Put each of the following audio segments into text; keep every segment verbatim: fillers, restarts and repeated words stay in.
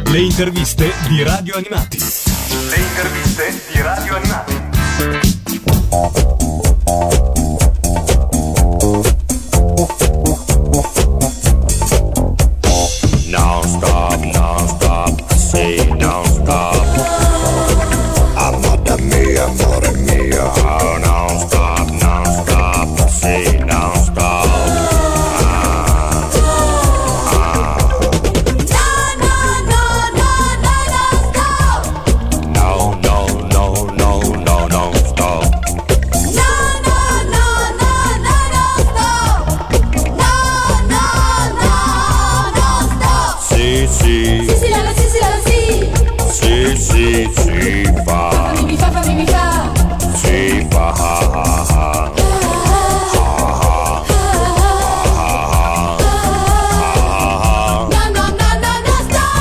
Le interviste di Radio Animati. Le interviste di Radio Animati. Non stop, non stop, sì, non stop. Amata mia, amore mio. Oh, non stop, non stop, sì, non stop. Sì, sì, fa. Fammi mi fa, fammi mi fa. Sì, fa. Ha, ha, ha. No, no, no, no, no,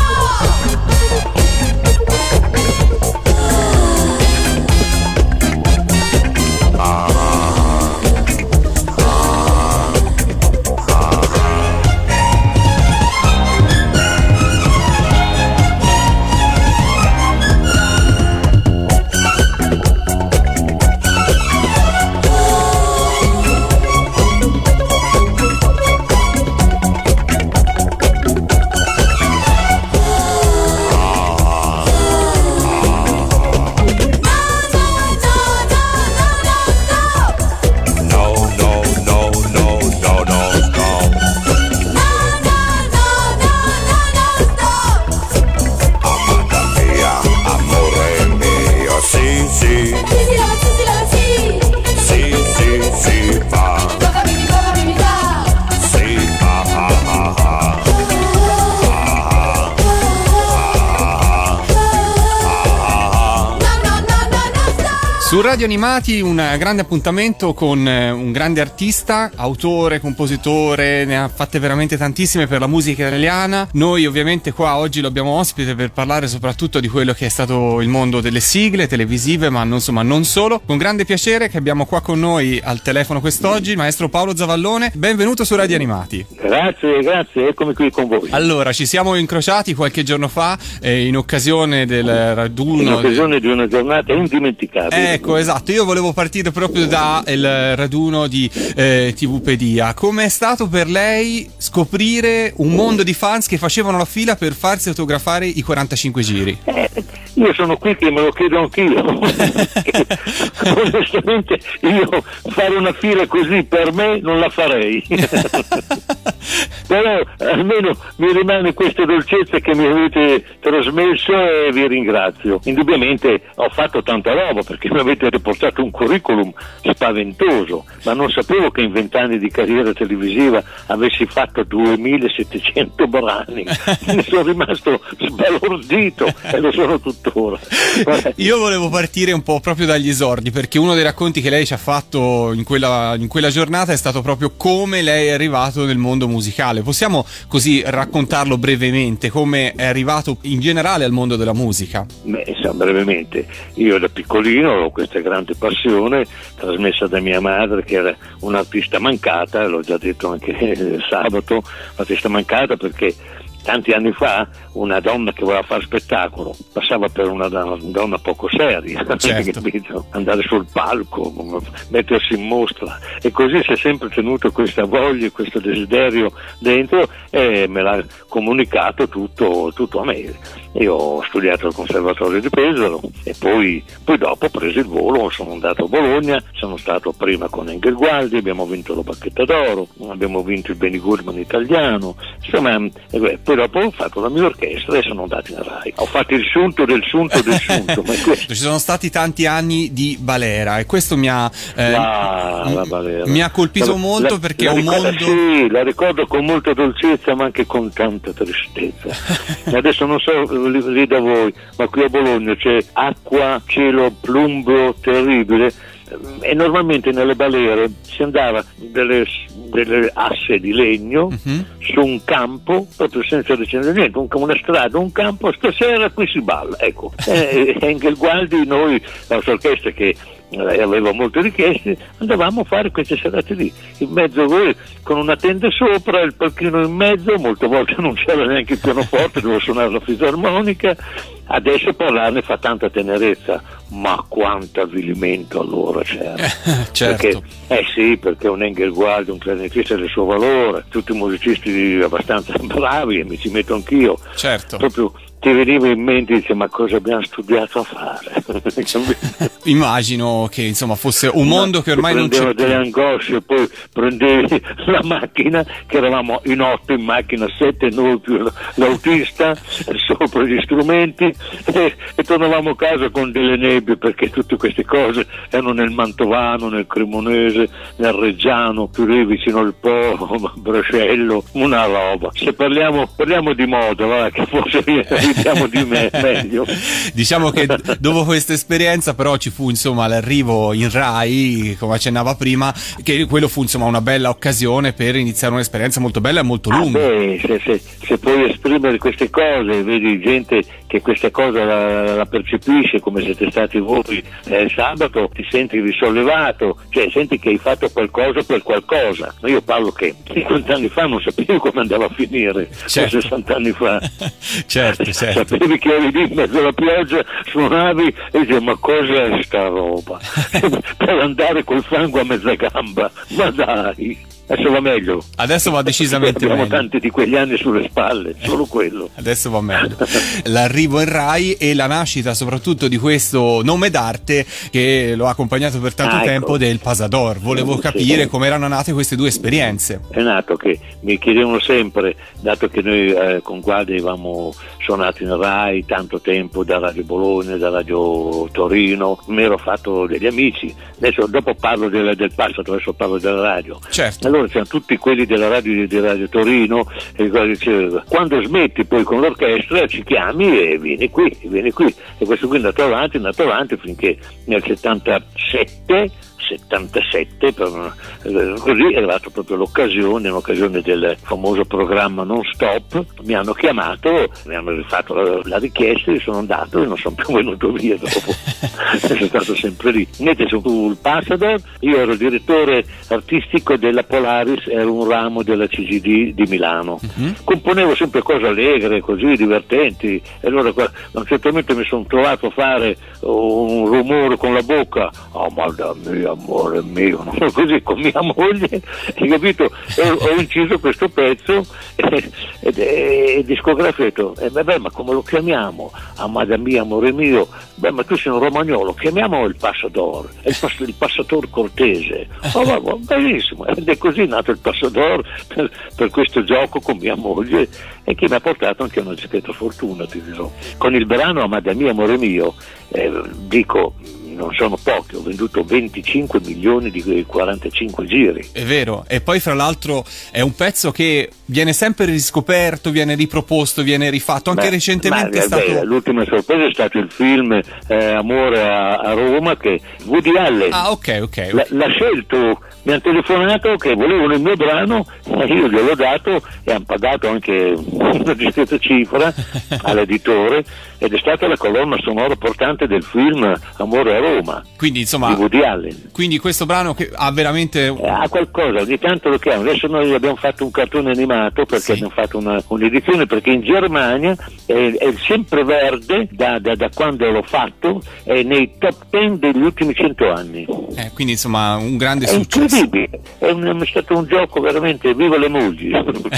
Su Radio Animati un grande appuntamento con un grande artista, autore, compositore, ne ha fatte veramente tantissime per la musica italiana. Noi ovviamente qua oggi lo abbiamo ospite per parlare soprattutto di quello che è stato il mondo delle sigle televisive, ma non, insomma, non solo. Con grande piacere che abbiamo qua con noi al telefono quest'oggi il maestro Paolo Zavallone. Benvenuto su Radio Animati. Grazie, grazie, eccomi qui con voi. Allora, ci siamo incrociati qualche giorno fa eh, in occasione del raduno. In occasione di una giornata indimenticabile. Ecco, esatto, io volevo partire proprio da il raduno di eh, TVpedia. Come è stato per lei scoprire un mondo di fans che facevano la fila per farsi autografare i quarantacinque giri? Eh, io sono qui che me lo chiedo anch'io. Onestamente io fare una fila così per me non la farei. Però almeno mi rimane questa dolcezza che mi avete trasmesso e vi ringrazio. Indubbiamente ho fatto tanta roba perché mi avete riportato un curriculum spaventoso, ma non sapevo che in vent'anni di carriera televisiva avessi fatto duemilasettecento brani. Ne sono rimasto sbalordito e lo sono tuttora. Io volevo partire un po' proprio dagli esordi, perché uno dei racconti che lei ci ha fatto in quella, in quella giornata è stato proprio come lei è arrivato nel mondo musicale. Possiamo così raccontarlo brevemente, come è arrivato in generale al mondo della musica? Beh, brevemente, io da piccolino ho questa grande passione trasmessa da mia madre, che era un'artista mancata, l'ho già detto anche sabato, artista mancata perché tanti anni fa una donna che voleva fare spettacolo passava per una donna poco seria, certo. Andare sul palco, mettersi in mostra, e così si è sempre tenuto questa voglia e questo desiderio dentro e me l'ha comunicato tutto, tutto a me. Io ho studiato al Conservatorio di Pesaro e poi, poi dopo ho preso il volo, sono andato a Bologna, sono stato prima con Engel Gualdi, abbiamo vinto la Bacchetta d'Oro, abbiamo vinto il Benny Goodman italiano, insomma, e poi dopo ho fatto la mia orchestra e sono andato in Rai. Ho fatto il sunto del sunto del sunto. Ma questo... Ci sono stati tanti anni di balera e questo mi ha, eh, la, la balera. mi ha colpito la, molto la, perché la è un ricordo, mondo... Sì, la ricordo con molta dolcezza ma anche con tanta tristezza. Adesso non so lì da voi, ma qui a Bologna c'è acqua, cielo, plumbo terribile. E normalmente nelle balere si andava delle, delle asse di legno uh-huh. su un campo proprio senza decidere niente, un, una strada, un campo, stasera qui si balla, ecco. E Engel Gualdi, noi la nostra orchestra che eh, aveva molte richieste, andavamo a fare queste serate lì, in mezzo voi con una tenda sopra, il palchino in mezzo, molte volte non c'era neanche il pianoforte, dovevo suonare la fisarmonica. Adesso parlarne fa tanta tenerezza, ma quanto avvilimento allora c'era. Certo. Perché, eh sì, perché un Engelwald, un clarinettista del suo valore, tutti musicisti abbastanza bravi, e mi ci metto anch'io. Certo. Proprio ti veniva in mente e dice, ma cosa abbiamo studiato a fare? Immagino che insomma fosse un mondo che ormai non c'è più. più. Delle angosce, poi prendevi la macchina, che eravamo in otto in macchina, sette noi più l'autista, sopra gli strumenti, e, e tornavamo a casa con delle nebbie, perché tutte queste cose erano nel Mantovano, nel Cremonese, nel Reggiano, più lì vicino al Po, Brascello, una roba. Se parliamo, parliamo di moda, va, che forse vediamo di me meglio. Diciamo che dopo questa esperienza però ci fu insomma l'arrivo in Rai, come accennava prima, che quello fu insomma una bella occasione per iniziare un'esperienza molto bella e molto lunga. Ah, beh, se, se, se puoi esprimere queste cose, vedi gente che questa cosa la, la percepisce, come siete stati voi eh, sabato, ti senti risollevato, cioè senti che hai fatto qualcosa per qualcosa. Io parlo che cinquanta anni fa non sapevo come andava a finire, certo. o sessanta anni fa. Certo, certo. Sapevi che eri lì in mezzo alla pioggia, suonavi e dicevi, ma cos'è sta roba? Per andare col fango a mezza gamba, ma dai. Adesso va meglio. Adesso va decisamente abbiamo meglio. Abbiamo tanti di quegli anni sulle spalle, solo quello. Adesso va meglio. L'arrivo in Rai e la nascita soprattutto di questo nome d'arte che lo ha accompagnato per tanto ah, tempo, ecco. del Pasador. Volevo sì. capire come erano nate queste due esperienze. È nato che mi chiedevano sempre, dato che noi eh, con Gualdi avevamo suonato in Rai tanto tempo, da Radio Bologna, da Radio Torino, mi ero fatto degli amici. Adesso dopo parlo del, del passato, adesso parlo della radio. Certo. Allora c'erano tutti quelli della radio di Radio Torino e diceva, quando smetti poi con l'orchestra ci chiami e vieni qui, vieni qui. E questo qui è andato avanti, è andato avanti finché nel settantasette settantasette per, eh, così è arrivata proprio l'occasione, un'occasione del famoso programma Non Stop. Mi hanno chiamato, mi hanno rifatto la, la richiesta e sono andato e non sono più venuto via dopo. Sono stato sempre lì. Niente, sul Pasador io ero direttore artistico della Polaris, ero un ramo della C G D di Milano. Uh-huh. Componevo sempre cose allegre, così divertenti, e allora a un certo momento mi sono trovato a fare un rumore con la bocca, oh madonna mia, amore mio, così con mia moglie, hai capito? E ho inciso questo pezzo e, e, e discografia ha detto, eh, beh, ma come lo chiamiamo? Amada mia, amore mio, beh, ma tu sei un romagnolo, chiamiamo il Pasador, il, pass- il Passator cortese. Oh, va, va, benissimo, ed è così nato il Pasador per, per questo gioco con mia moglie, e che mi ha portato anche una discreta fortuna, ti dirò. Con il brano Amada mia, amore mio, eh, dico, non sono pochi, ho venduto venticinque milioni di quarantacinque giri. È vero, e poi fra l'altro è un pezzo che viene sempre riscoperto, viene riproposto, viene rifatto, anche Beh, recentemente ma, è stato... beh, l'ultima sorpresa è stato il film eh, Amore a, a Roma, che Woody Allen ah, ok, ok, L- l'ha scelto, mi hanno telefonato che volevano il mio brano, e io gliel'ho dato e hanno pagato anche una discreta cifra all'editore, ed è stata la colonna sonora portante del film Amore a Roma. Quindi insomma, di Woody Allen. Quindi questo brano che ha veramente eh, ha qualcosa, ogni tanto lo chiamo. Adesso noi abbiamo fatto un cartone animato, perché sì. abbiamo fatto una, un'edizione, perché in Germania è, è il sempreverde da, da, da quando l'ho fatto, è nei top ten degli ultimi cento anni. eh, quindi insomma un grande È successo. incredibile, è, un, è stato un gioco veramente, viva le mogli.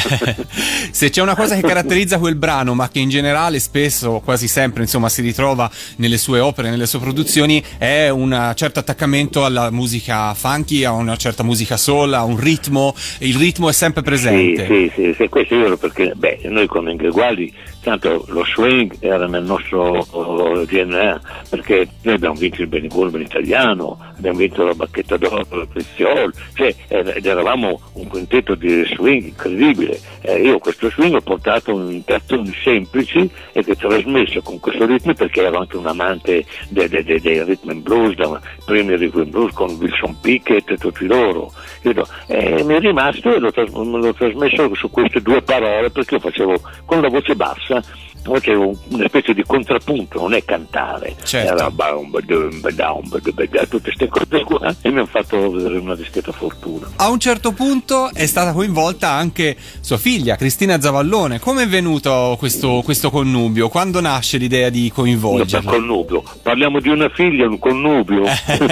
Se c'è una cosa che caratterizza quel brano, ma che in generale spesso, quasi sempre, insomma, si ritrova nelle sue opere, nelle sue produzioni, è un certo attaccamento alla musica funky, a una certa musica soul, a un ritmo. Il ritmo è sempre presente. Sì, sì, sì, questo è vero, perché beh, noi con Engelwaldi, tanto lo swing era nel nostro D N A, perché noi abbiamo vinto il Benigolmen italiano, abbiamo vinto la Bacchetta d'Oro, la Priziol, cioè ed eravamo un quintetto di swing incredibile. Eh, io questo swing ho portato in canzoni semplici e che trasmesso con questo ritmo, perché ero anche un amante dei de, de, de rhythm and blues, da primi rhythm and blues con Wilson Pickett e tutti loro. Io, eh, mi è rimasto e l'ho, tras- l'ho trasmesso su queste due parole, perché io facevo con la voce bassa facevo una specie di contrappunto, non è cantare, certo. Era baum, badum, badum, badum, badum, tutte queste cose qua, e mi hanno fatto avere una discreta fortuna. A un certo punto è stata coinvolta anche sua figlia Cristina Zavallone. Come è venuto questo, questo connubio? Quando nasce l'idea di coinvolgerla? No, connubio. Parliamo di una figlia, un connubio.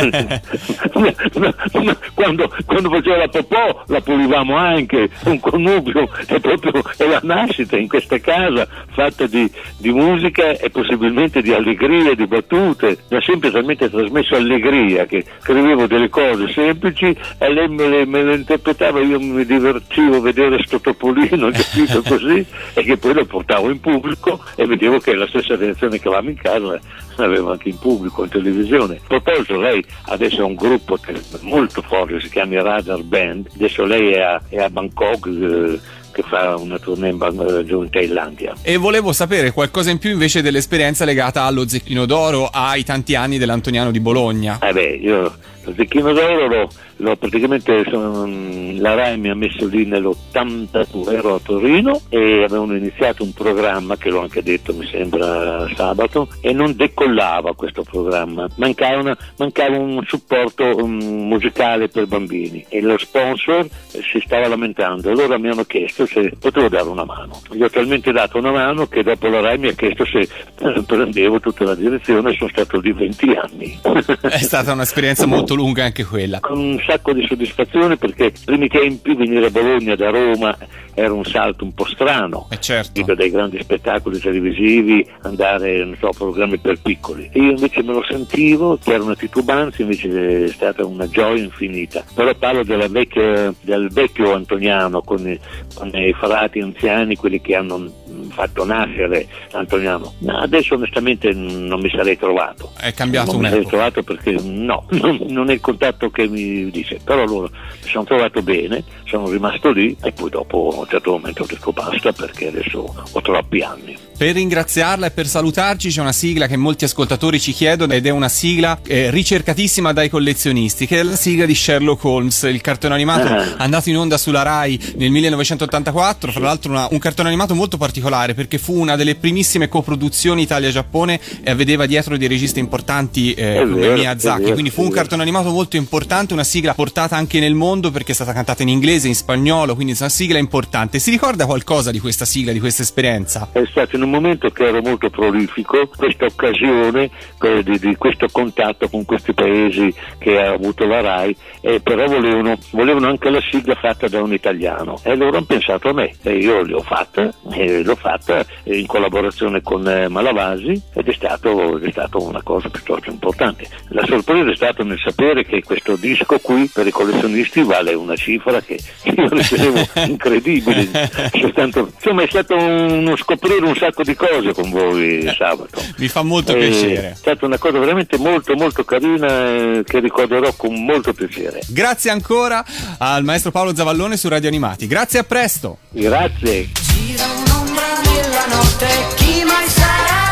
quando, quando faceva la popò la pulivamo anche. Un connubio è proprio è la nascita in questa casa fatta di, di musica e possibilmente di allegria, di battute. Mi ha sempre talmente trasmesso allegria che scrivevo delle cose semplici e lei me le, me le interpretava, io mi divertivo a vedere sto topolino, capito, così, e che poi lo portavo in pubblico e vedevo che la stessa reazione che avevamo in casa l'aveva anche in pubblico, in televisione. A proposito, lei adesso ha un gruppo che è molto forte, si chiama Radar Band, adesso lei è a, è a Bangkok, eh, che fa una tournée in, Bang- giù in Thailandia. E volevo sapere qualcosa in più invece dell'esperienza legata allo Zecchino d'Oro, ai tanti anni dell'Antoniano di Bologna. Eh beh, io lo Zecchino d'Oro l'ho, l'ho praticamente, sono, la Rai mi ha messo lì nell'ottantadue, ero a Torino e avevano iniziato un programma, che l'ho anche detto mi sembra sabato, e non decollava questo programma, mancava, una, mancava un supporto um, musicale per bambini e lo sponsor eh, si stava lamentando, allora mi hanno chiesto se potevo dare una mano. Gli ho talmente dato una mano che dopo la Rai mi ha chiesto se eh, prendevo tutta la direzione, sono stato lì venti anni. È stata un'esperienza molto lunga anche quella. Con un sacco di soddisfazione, perché i primi tempi venire a Bologna da Roma era un salto un po' strano, eh certo. tipo dai grandi spettacoli televisivi, andare non so, a programmi per piccoli, e io invece me lo sentivo, c'era una titubanza, invece è stata una gioia infinita. Però parlo della vecchia, del vecchio Antoniano con i, con i frati anziani, quelli che hanno fatto nascere Antoniano. No, adesso onestamente non mi sarei trovato, è cambiato non un mi sarei epoca. trovato perché no, non, non è il contatto che mi dice, però loro mi sono trovato bene, sono rimasto lì e poi dopo a un certo momento ho detto basta, perché adesso ho troppi anni. Per ringraziarla e per salutarci c'è una sigla che molti ascoltatori ci chiedono, ed è una sigla eh, ricercatissima dai collezionisti, che è la sigla di Sherlock Holmes, il cartone animato Ah. andato in onda sulla Rai nel millenovecentottantaquattro, fra l'altro una, un cartone animato molto particolare perché fu una delle primissime coproduzioni Italia-Giappone e vedeva dietro dei registi importanti eh, È come vero, Miyazaki, è vero, quindi fu è un vero. cartone animato molto importante, una sigla portata anche nel mondo perché è stata cantata in inglese, in spagnolo, quindi è una sigla importante. Si ricorda qualcosa di questa sigla, di questa esperienza? È stato in un momento che ero molto prolifico, questa occasione eh, di, di questo contatto con questi paesi che ha avuto la Rai, eh, però volevano, volevano anche la sigla fatta da un italiano e loro hanno pensato a me e io l'ho fatta, e l'ho fatta in collaborazione con eh, Malavasi ed è stato, è stato una cosa piuttosto importante. La sorpresa è stata nel sapere che questo disco qui per i collezionisti vale una cifra che io ritenevo incredibile. Soltanto, insomma, è stato uno scoprire un sacco di cose con voi sabato. Mi fa molto È piacere. stata una cosa veramente molto molto carina eh, che ricorderò con molto piacere. Grazie ancora al maestro Paolo Zavallone su Radio Animati. Grazie, a presto. Grazie. Gira un'ombra nella notte, chi mai sarà?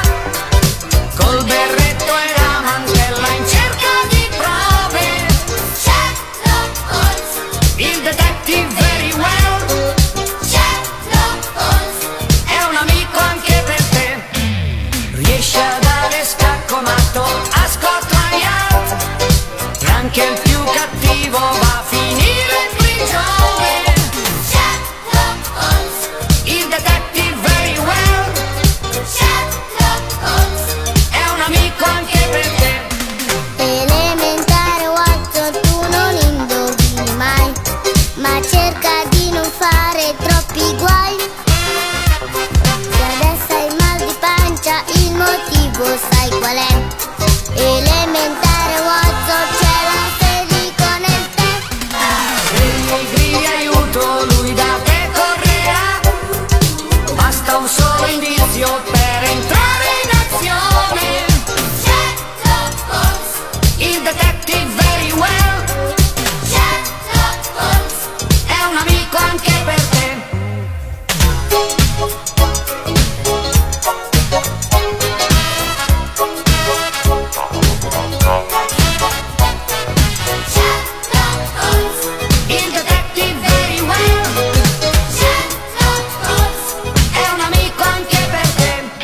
Col berretto e la mantella in cerca di prove. Sherlock Holmes, Il detective very well Sherlock Holmes, è un amico anche per te. Riesce a dare scacco matto a Scotland Yard, e anche il più cattivo va a finire in prigione. Sherlock Holmes, Il detective very well Sherlock Holmes, è un amico anche per te. Elementare Watson, tu non indovini mai, ma cerca di non fare troppi guai. Se adesso hai mal di pancia, il motivo sai qual è? Elementare Watson, c'è la felico nel tè. Se gli gridi aiuto, lui da te correrà. Basta un solo indizio per entrare in azione. Sherlock Holmes, Il detective very well Sherlock Holmes, è un amico anche per te. Sherlock Holmes, Il detective very well Sherlock Holmes, è un amico anche per te.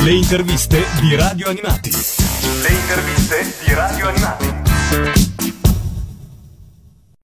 Le interviste di Radio Animati. Le interviste di Radio Animati.